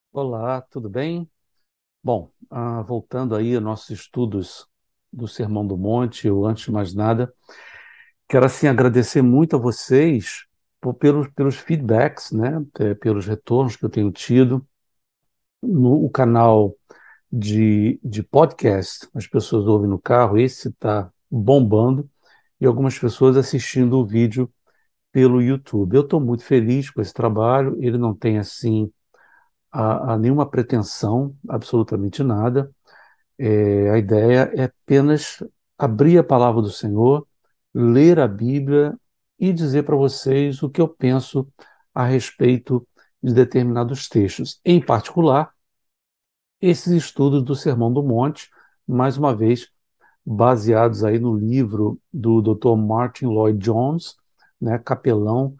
Olá, tudo bem? Bom, voltando aí aos nossos estudos do Sermão do Monte, eu, antes de mais nada, quero assim agradecer muito a vocês pelos feedbacks, né, pelos retornos que eu tenho tido no o canal de podcast. As pessoas ouvem no carro, esse está bombando, e algumas pessoas assistindo o vídeo pelo YouTube. Eu estou muito feliz com esse trabalho, ele não tem assim a nenhuma pretensão, absolutamente nada. A ideia é apenas abrir a palavra do Senhor, ler a Bíblia e dizer para vocês o que eu penso a respeito de determinados textos. Em particular, esses estudos do Sermão do Monte, mais uma vez, baseados aí no livro do Dr. Martin Lloyd Jones, né, capelão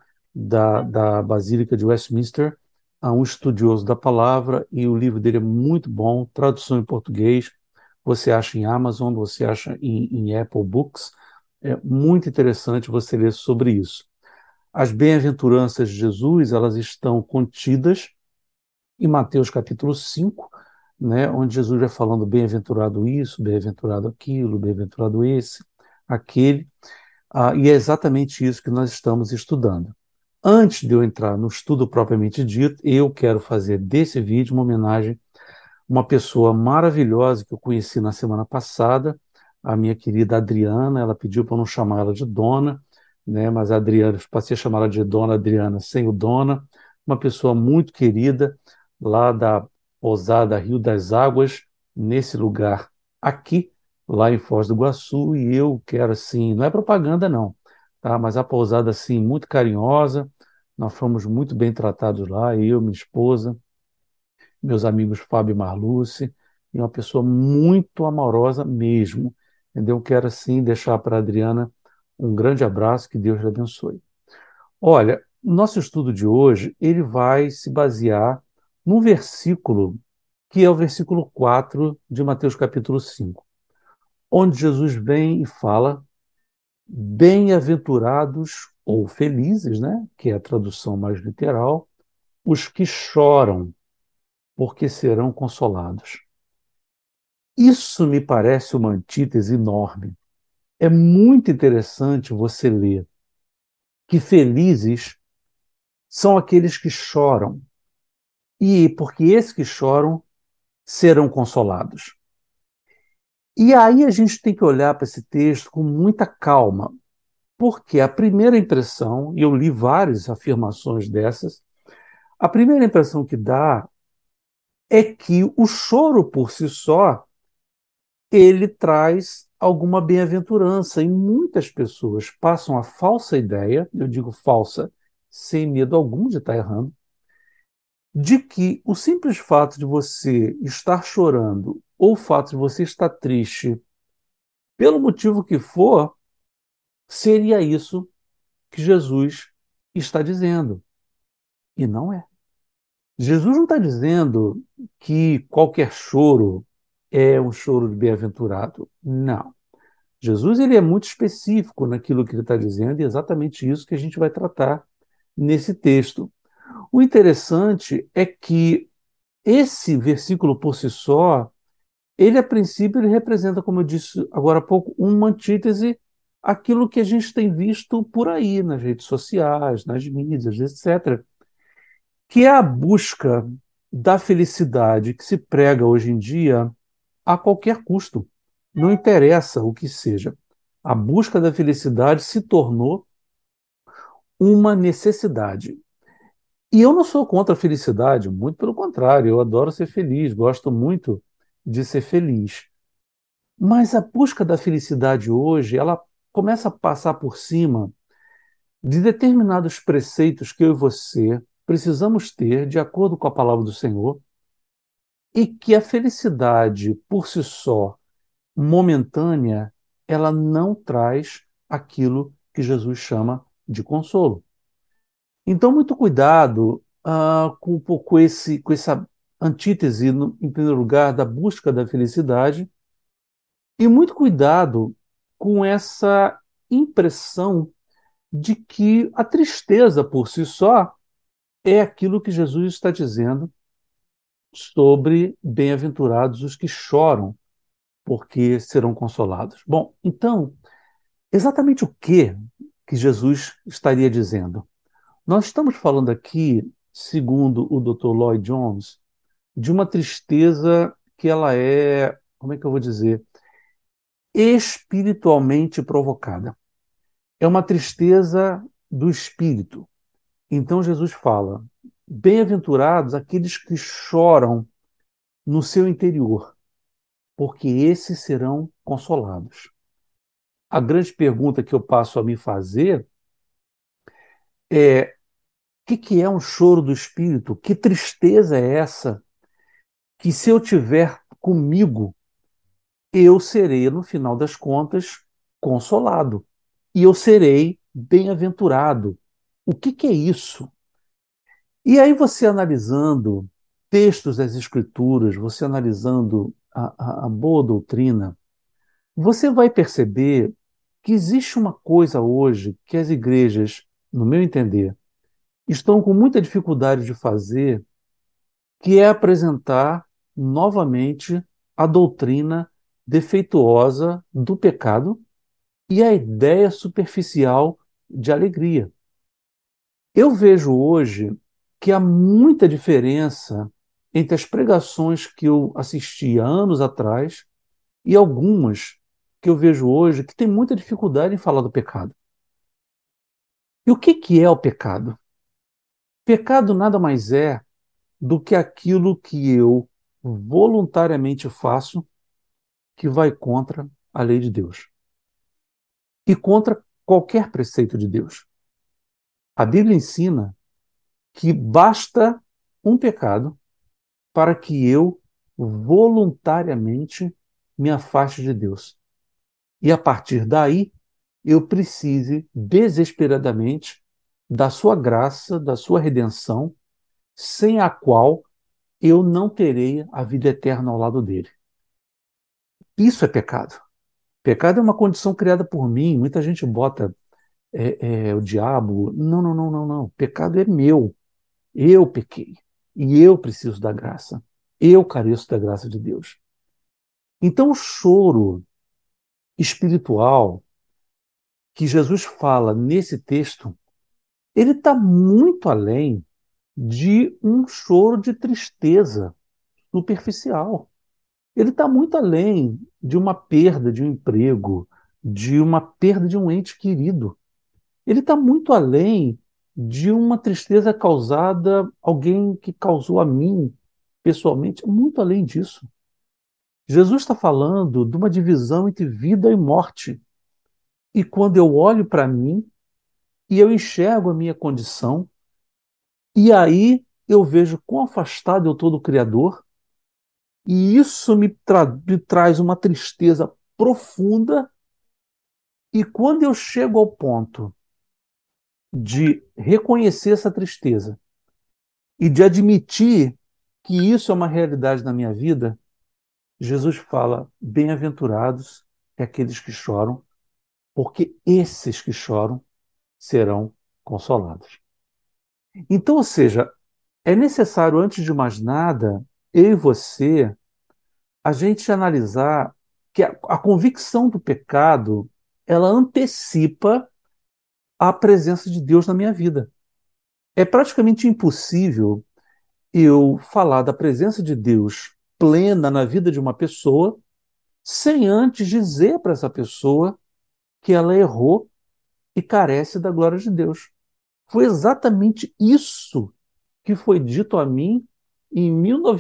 da Basílica de Westminster, um estudioso da palavra, e o livro dele é muito bom, tradução em português, você acha em Amazon, você acha em Apple Books, é muito interessante você ler sobre isso. As bem-aventuranças de Jesus, elas estão contidas em Mateus capítulo 5, né, onde Jesus vai falando bem-aventurado isso, bem-aventurado aquilo, bem-aventurado esse, aquele, e é exatamente isso que nós estamos estudando. Antes de eu entrar no estudo propriamente dito, eu quero fazer desse vídeo uma homenagem a uma pessoa maravilhosa que eu conheci na semana passada, a minha querida Adriana. Ela pediu para eu não chamar ela de Dona, né, mas a Adriana, passei a chamar ela de Dona Adriana sem o Dona, uma pessoa muito querida, lá da Pousada Rio das Águas, nesse lugar aqui, lá em Foz do Iguaçu, e eu quero assim, não é propaganda não, tá? Mas a pousada assim muito carinhosa, nós fomos muito bem tratados lá, eu, minha esposa, meus amigos Fábio e Marluce, e uma pessoa muito amorosa mesmo, entendeu? Quero assim deixar para a Adriana um grande abraço, que Deus lhe abençoe. Olha, nosso estudo de hoje, ele vai se basear num versículo que é o versículo 4 de Mateus capítulo 5, onde Jesus vem e fala: bem-aventurados ou felizes, né, que é a tradução mais literal, os que choram, porque serão consolados. Isso me parece uma antítese enorme. É muito interessante você ler que felizes são aqueles que choram, e porque esses que choram serão consolados. E aí a gente tem que olhar para esse texto com muita calma, porque a primeira impressão, e eu li várias afirmações dessas, a primeira impressão que dá é que o choro por si só, ele traz alguma bem-aventurança, e muitas pessoas passam a falsa ideia, eu digo falsa, sem medo algum de estar errando, de que o simples fato de você estar chorando ou o fato de você estar triste, pelo motivo que for, seria isso que Jesus está dizendo. E não é. Jesus não está dizendo que qualquer choro é um choro de bem-aventurado. Não. Jesus ele é muito específico naquilo que ele está dizendo, e é exatamente isso que a gente vai tratar nesse texto. O interessante é que esse versículo por si só, ele a princípio ele representa, como eu disse agora há pouco, uma antítese àquilo que a gente tem visto por aí nas redes sociais, nas mídias, etc., que é a busca da felicidade que se prega hoje em dia a qualquer custo. Não interessa o que seja. A busca da felicidade se tornou uma necessidade. E eu não sou contra a felicidade, muito pelo contrário, eu adoro ser feliz, gosto muito de ser feliz. Mas a busca da felicidade hoje, ela começa a passar por cima de determinados preceitos que eu e você precisamos ter de acordo com a palavra do Senhor, e que a felicidade por si só, momentânea, ela não traz aquilo que Jesus chama de consolo. Então, muito cuidado com essa antítese, em primeiro lugar, da busca da felicidade, e muito cuidado com essa impressão de que a tristeza por si só é aquilo que Jesus está dizendo sobre bem-aventurados os que choram, porque serão consolados. Bom, então, exatamente o que Jesus estaria dizendo? Nós estamos falando aqui, segundo o Dr. Lloyd Jones, de uma tristeza que ela é, como é que eu vou dizer, espiritualmente provocada. É uma tristeza do espírito. Então Jesus fala: bem-aventurados aqueles que choram no seu interior, porque esses serão consolados. A grande pergunta que eu passo a me fazer é: que é um choro do espírito? Que tristeza é essa? Que se eu tiver comigo, eu serei, no final das contas, consolado. E eu serei bem-aventurado. O que é isso? E aí você analisando textos das Escrituras, você analisando a boa doutrina, você vai perceber que existe uma coisa hoje que as igrejas, no meu entender, estão com muita dificuldade de fazer, que é apresentar novamente a doutrina defeituosa do pecado e a ideia superficial de alegria. Eu vejo hoje que há muita diferença entre as pregações que eu assistia anos atrás e algumas que eu vejo hoje que tem muita dificuldade em falar do pecado. E o que é o pecado? Pecado nada mais é do que aquilo que eu voluntariamente faço que vai contra a lei de Deus e contra qualquer preceito de Deus. A Bíblia ensina que basta um pecado para que eu voluntariamente me afaste de Deus. E a partir daí, eu precise desesperadamente da sua graça, da sua redenção, sem a qual eu não terei a vida eterna ao lado dele. Isso é pecado. Pecado é uma condição criada por mim. Muita gente bota o diabo. Não, não, não, não, não. Pecado é meu. Eu pequei. E eu preciso da graça. Eu careço da graça de Deus. Então, o choro espiritual que Jesus fala nesse texto, ele está muito além de um choro de tristeza superficial. Ele está muito além de uma perda de um emprego, de uma perda de um ente querido. Ele está muito além de uma tristeza causada alguém que causou a mim pessoalmente, muito além disso. Jesus está falando de uma divisão entre vida e morte. E quando eu olho para mim e eu enxergo a minha condição, e aí eu vejo quão afastado eu estou do Criador, e isso me traz uma tristeza profunda. E quando eu chego ao ponto de reconhecer essa tristeza e de admitir que isso é uma realidade na minha vida, Jesus fala: bem-aventurados é aqueles que choram, porque esses que choram serão consolados. Então, ou seja, é necessário, antes de mais nada, eu e você, a gente analisar que a convicção do pecado, ela antecipa a presença de Deus na minha vida. É praticamente impossível eu falar da presença de Deus plena na vida de uma pessoa sem antes dizer para essa pessoa que ela errou e carece da glória de Deus. Foi exatamente isso que foi dito a mim em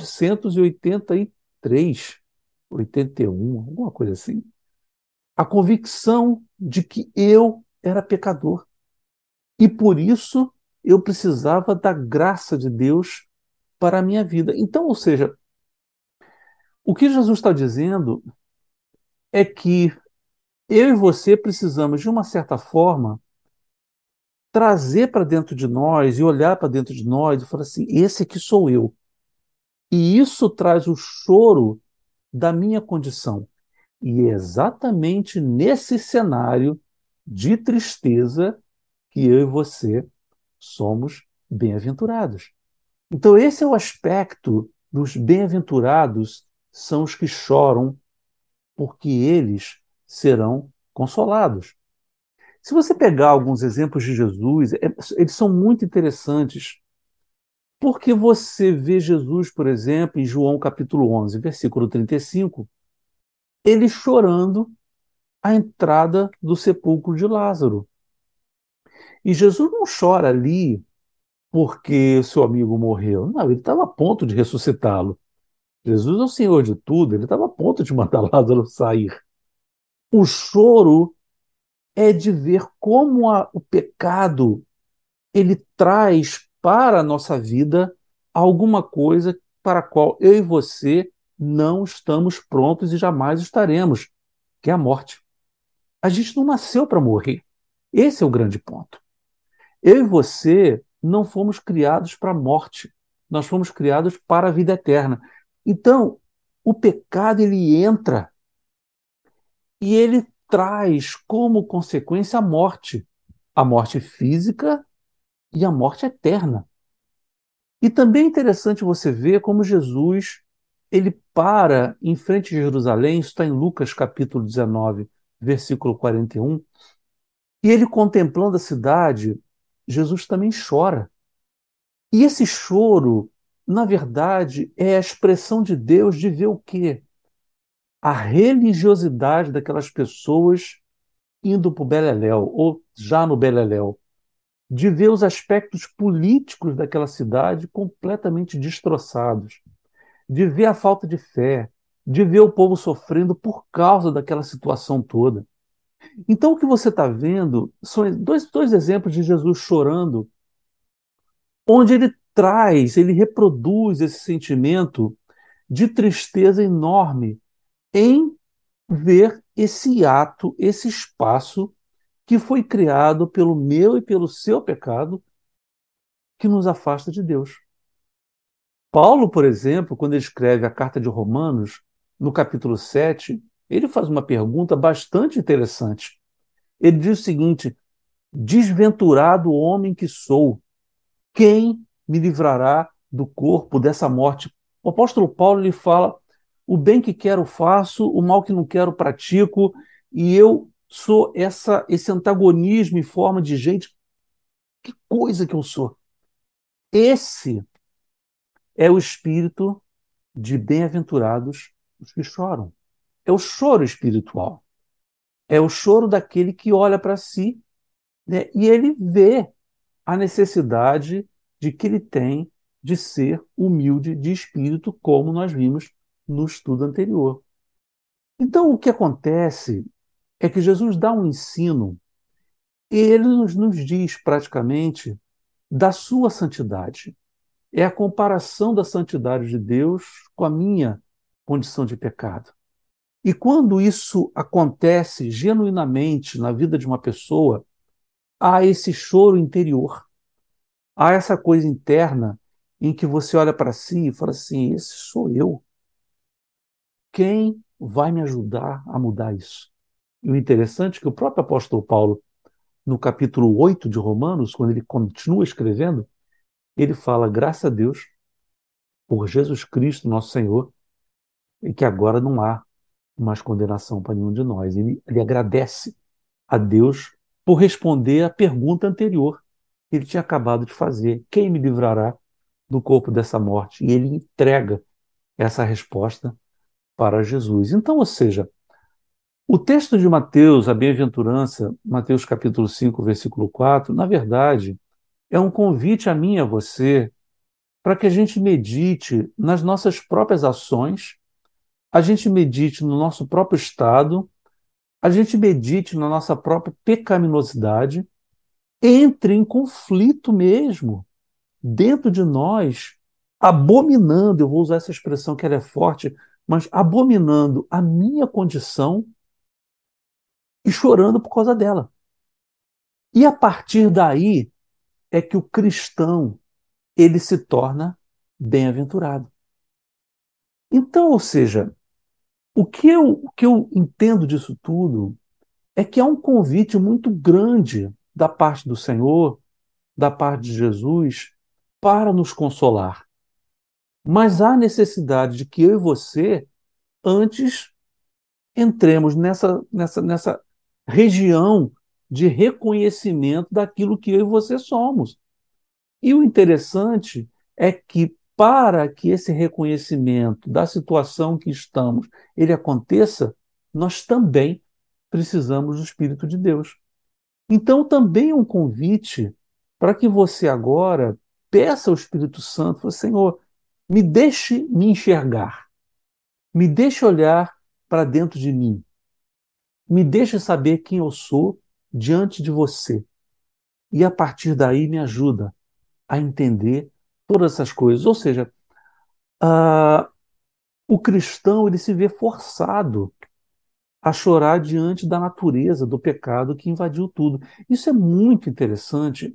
1983, 81, alguma coisa assim. A convicção de que eu era pecador e por isso eu precisava da graça de Deus para a minha vida. Então, ou seja, o que Jesus está dizendo é que eu e você precisamos, de uma certa forma, trazer para dentro de nós e olhar para dentro de nós e falar assim: esse aqui sou eu. E isso traz o choro da minha condição. E é exatamente nesse cenário de tristeza que eu e você somos bem-aventurados. Então, esse é o aspecto dos bem-aventurados são os que choram, porque eles serão consolados. Se você pegar alguns exemplos de Jesus, eles são muito interessantes, porque você vê Jesus, por exemplo, em João capítulo 11, versículo 35, ele chorando à entrada do sepulcro de Lázaro. E Jesus não chora ali porque seu amigo morreu. Não, ele estava a ponto de ressuscitá-lo. Jesus é o Senhor de tudo, ele estava a ponto de mandar Lázaro sair. O choro é de ver como o pecado ele traz para a nossa vida alguma coisa para a qual eu e você não estamos prontos e jamais estaremos, que é a morte. A gente não nasceu para morrer. Esse é o grande ponto. Eu e você não fomos criados para a morte. Nós fomos criados para a vida eterna. Então, o pecado ele entra e ele traz como consequência a morte física e a morte eterna. E também é interessante você ver como Jesus ele para em frente de Jerusalém, isso está em Lucas capítulo 19, versículo 41, e ele contemplando a cidade, Jesus também chora. E esse choro, na verdade, é a expressão de Deus de ver o quê? A religiosidade daquelas pessoas indo para o Beleléu, ou já no Beleléu, de ver os aspectos políticos daquela cidade completamente destroçados, de ver a falta de fé, de ver o povo sofrendo por causa daquela situação toda. Então, o que você está vendo são dois exemplos de Jesus chorando, onde ele traz, ele reproduz esse sentimento de tristeza enorme em ver esse ato, esse espaço que foi criado pelo meu e pelo seu pecado, que nos afasta de Deus. Paulo, por exemplo, quando ele escreve a carta de Romanos, no capítulo 7, ele faz uma pergunta bastante interessante. Ele diz o seguinte: desventurado homem que sou, quem me livrará do corpo dessa morte? O apóstolo Paulo lhe fala: o bem que quero faço, o mal que não quero pratico, e eu sou esse antagonismo em forma de gente. Que coisa que eu sou! Esse é o espírito de bem-aventurados os que choram. É o choro espiritual. É o choro daquele que olha para si, né, e ele vê a necessidade de que ele tem de ser humilde de espírito, como nós vimos no estudo anterior. Então, o que acontece é que Jesus dá um ensino e ele nos diz praticamente da sua santidade. É a comparação da santidade de Deus com a minha condição de pecado. E quando isso acontece genuinamente na vida de uma pessoa, há esse choro interior, há essa coisa interna em que você olha para si e fala assim: esse sou eu. Quem vai me ajudar a mudar isso? E o interessante é que o próprio apóstolo Paulo, no capítulo 8 de Romanos, quando ele continua escrevendo, ele fala: graças a Deus por Jesus Cristo, nosso Senhor, e que agora não há mais condenação para nenhum de nós. Ele agradece a Deus por responder à pergunta anterior que ele tinha acabado de fazer: quem me livrará do corpo dessa morte? E ele entrega essa resposta para Jesus. Então, ou seja, o texto de Mateus, a bem-aventurança, Mateus capítulo 5, versículo 4, na verdade, é um convite a mim e a você para que a gente medite nas nossas próprias ações, a gente medite no nosso próprio estado, a gente medite na nossa própria pecaminosidade, entre em conflito mesmo dentro de nós, abominando, eu vou usar essa expressão que ela é forte, mas abominando a minha condição e chorando por causa dela. E a partir daí é que o cristão ele se torna bem-aventurado. Então, ou seja, o que eu entendo disso tudo é que há um convite muito grande da parte do Senhor, da parte de Jesus, para nos consolar. Mas há necessidade de que eu e você antes entremos nessa região de reconhecimento daquilo que eu e você somos. E o interessante é que para que esse reconhecimento da situação que estamos, ele aconteça, nós também precisamos do Espírito de Deus. Então também é um convite para que você agora peça ao Espírito Santo, fale, Senhor, me deixe me enxergar, me deixe olhar para dentro de mim, me deixe saber quem eu sou diante de você. E a partir daí me ajuda a entender todas essas coisas. Ou seja, o cristão ele se vê forçado a chorar diante da natureza, do pecado que invadiu tudo. Isso é muito interessante.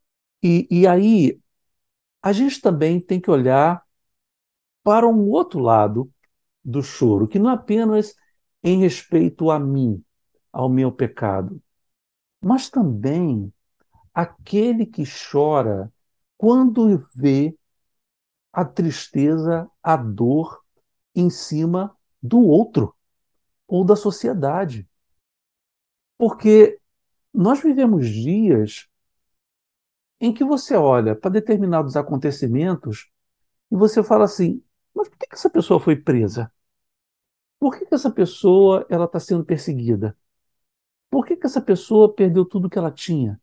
E aí a gente também tem que olhar para um outro lado do choro, que não é apenas em respeito a mim, ao meu pecado, mas também aquele que chora quando vê a tristeza, a dor em cima do outro ou da sociedade. Porque nós vivemos dias em que você olha para determinados acontecimentos e você fala assim: mas por que essa pessoa foi presa? Por que essa pessoa ela está sendo perseguida? Por que essa pessoa perdeu tudo que ela tinha?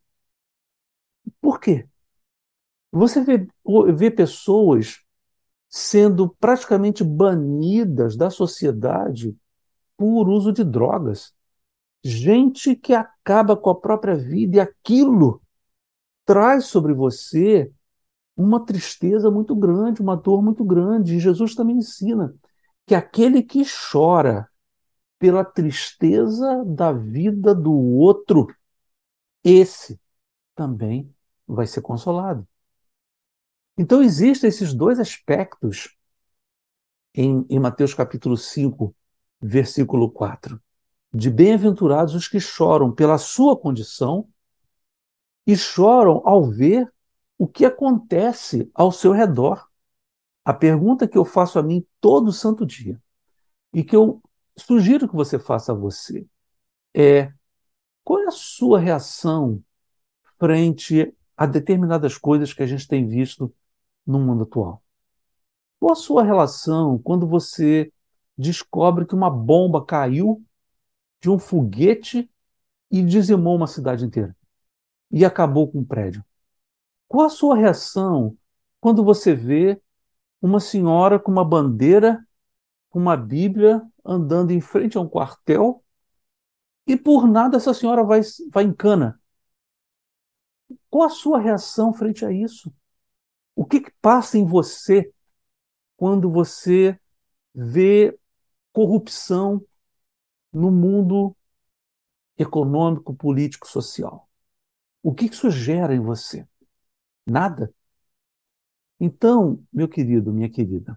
Por quê? Você vê pessoas sendo praticamente banidas da sociedade por uso de drogas. Gente que acaba com a própria vida e aquilo traz sobre você uma tristeza muito grande, uma dor muito grande. E Jesus também ensina que aquele que chora pela tristeza da vida do outro, esse também vai ser consolado. Então, existem esses dois aspectos em Mateus capítulo 5, versículo 4. De bem-aventurados os que choram pela sua condição e choram ao ver o que acontece ao seu redor. A pergunta que eu faço a mim todo santo dia e que eu sugiro que você faça a você é: qual é a sua reação frente a determinadas coisas que a gente tem visto no mundo atual? Qual a sua relação quando você descobre que uma bomba caiu de um foguete e dizimou uma cidade inteira e acabou com um prédio? Qual a sua reação quando você vê uma senhora com uma bandeira, com uma Bíblia, andando em frente a um quartel e por nada essa senhora vai em cana? Qual a sua reação frente a isso? O que passa em você quando você vê corrupção no mundo econômico, político, social? O que isso gera em você? Nada. Então, meu querido, minha querida,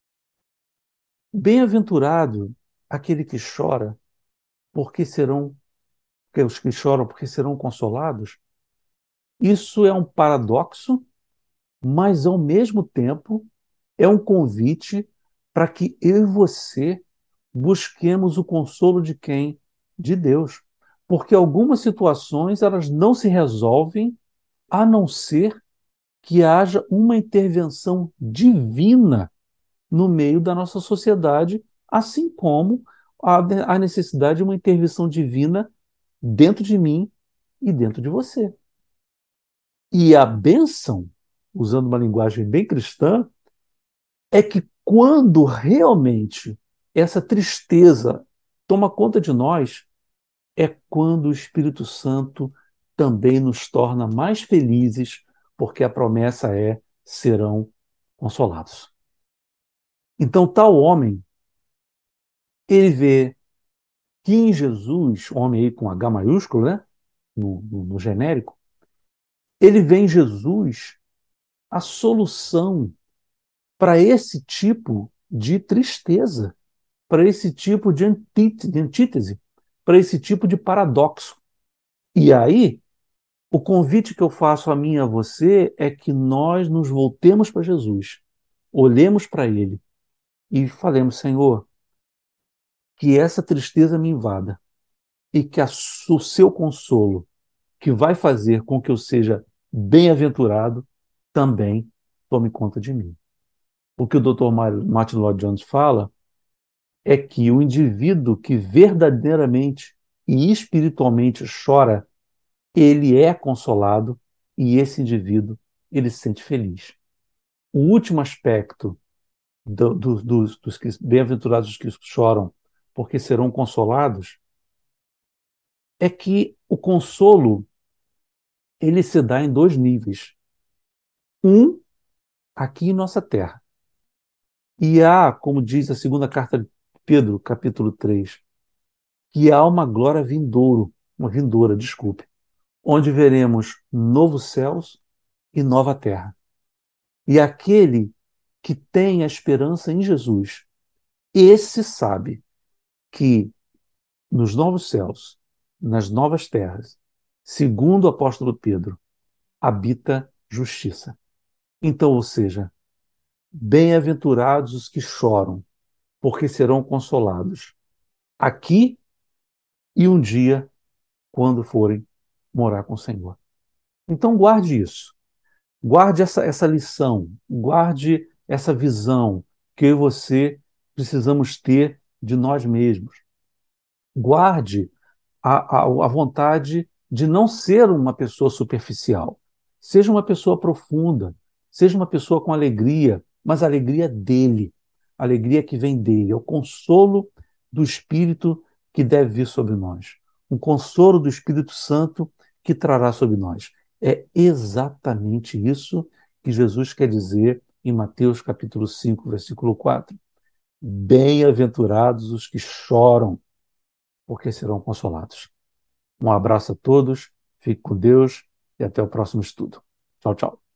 bem-aventurado aquele que chora, porque serão, que os que choram porque serão consolados. Isso é um paradoxo, mas ao mesmo tempo é um convite para que eu e você busquemos o consolo de quem? De Deus. Porque algumas situações elas não se resolvem a não ser que haja uma intervenção divina no meio da nossa sociedade, assim como há necessidade de uma intervenção divina dentro de mim e dentro de você. E a bênção, usando uma linguagem bem cristã, é que quando realmente essa tristeza toma conta de nós, é quando o Espírito Santo também nos torna mais felizes, porque a promessa é: serão consolados. Então, tal homem, ele vê que em Jesus, homem aí com H maiúsculo, né? No genérico, ele vê em Jesus a solução para esse tipo de tristeza, para esse tipo de antítese, para esse tipo de paradoxo. E aí, o convite que eu faço a mim e a você é que nós nos voltemos para Jesus olhemos para Ele e falemos: Senhor, que essa tristeza me invada e que o seu consolo, que vai fazer com que eu seja bem-aventurado, também tome conta de mim. O que o Dr. Martin Lloyd-Jones fala é que o indivíduo que verdadeiramente e espiritualmente chora, ele é consolado e esse indivíduo, ele se sente feliz. O último aspecto dos que bem-aventurados os que choram, porque serão consolados, é que o consolo ele se dá em dois níveis. Um, aqui em nossa terra. E há, como diz a segunda carta de Pedro, capítulo 3, que há uma vindoura, desculpe, onde veremos novos céus e nova terra. E aquele que tem a esperança em Jesus, esse sabe que nos novos céus, nas novas terras, segundo o apóstolo Pedro, habita justiça. Então, ou seja, bem-aventurados os que choram, porque serão consolados, aqui e um dia, quando forem morar com o Senhor. Então, guarde isso. Guarde essa lição, guarde essa visão que eu e você precisamos ter de nós mesmos. Guarde a vontade de não ser uma pessoa superficial. Seja uma pessoa profunda, seja uma pessoa com alegria, mas a alegria dele, a alegria que vem dele, é o consolo do Espírito que deve vir sobre nós, um consolo do Espírito Santo que trará sobre nós. É exatamente isso que Jesus quer dizer em Mateus capítulo 5, versículo 4. Bem-aventurados os que choram, porque serão consolados. Um abraço a todos, fique com Deus e até o próximo estudo. Tchau, tchau.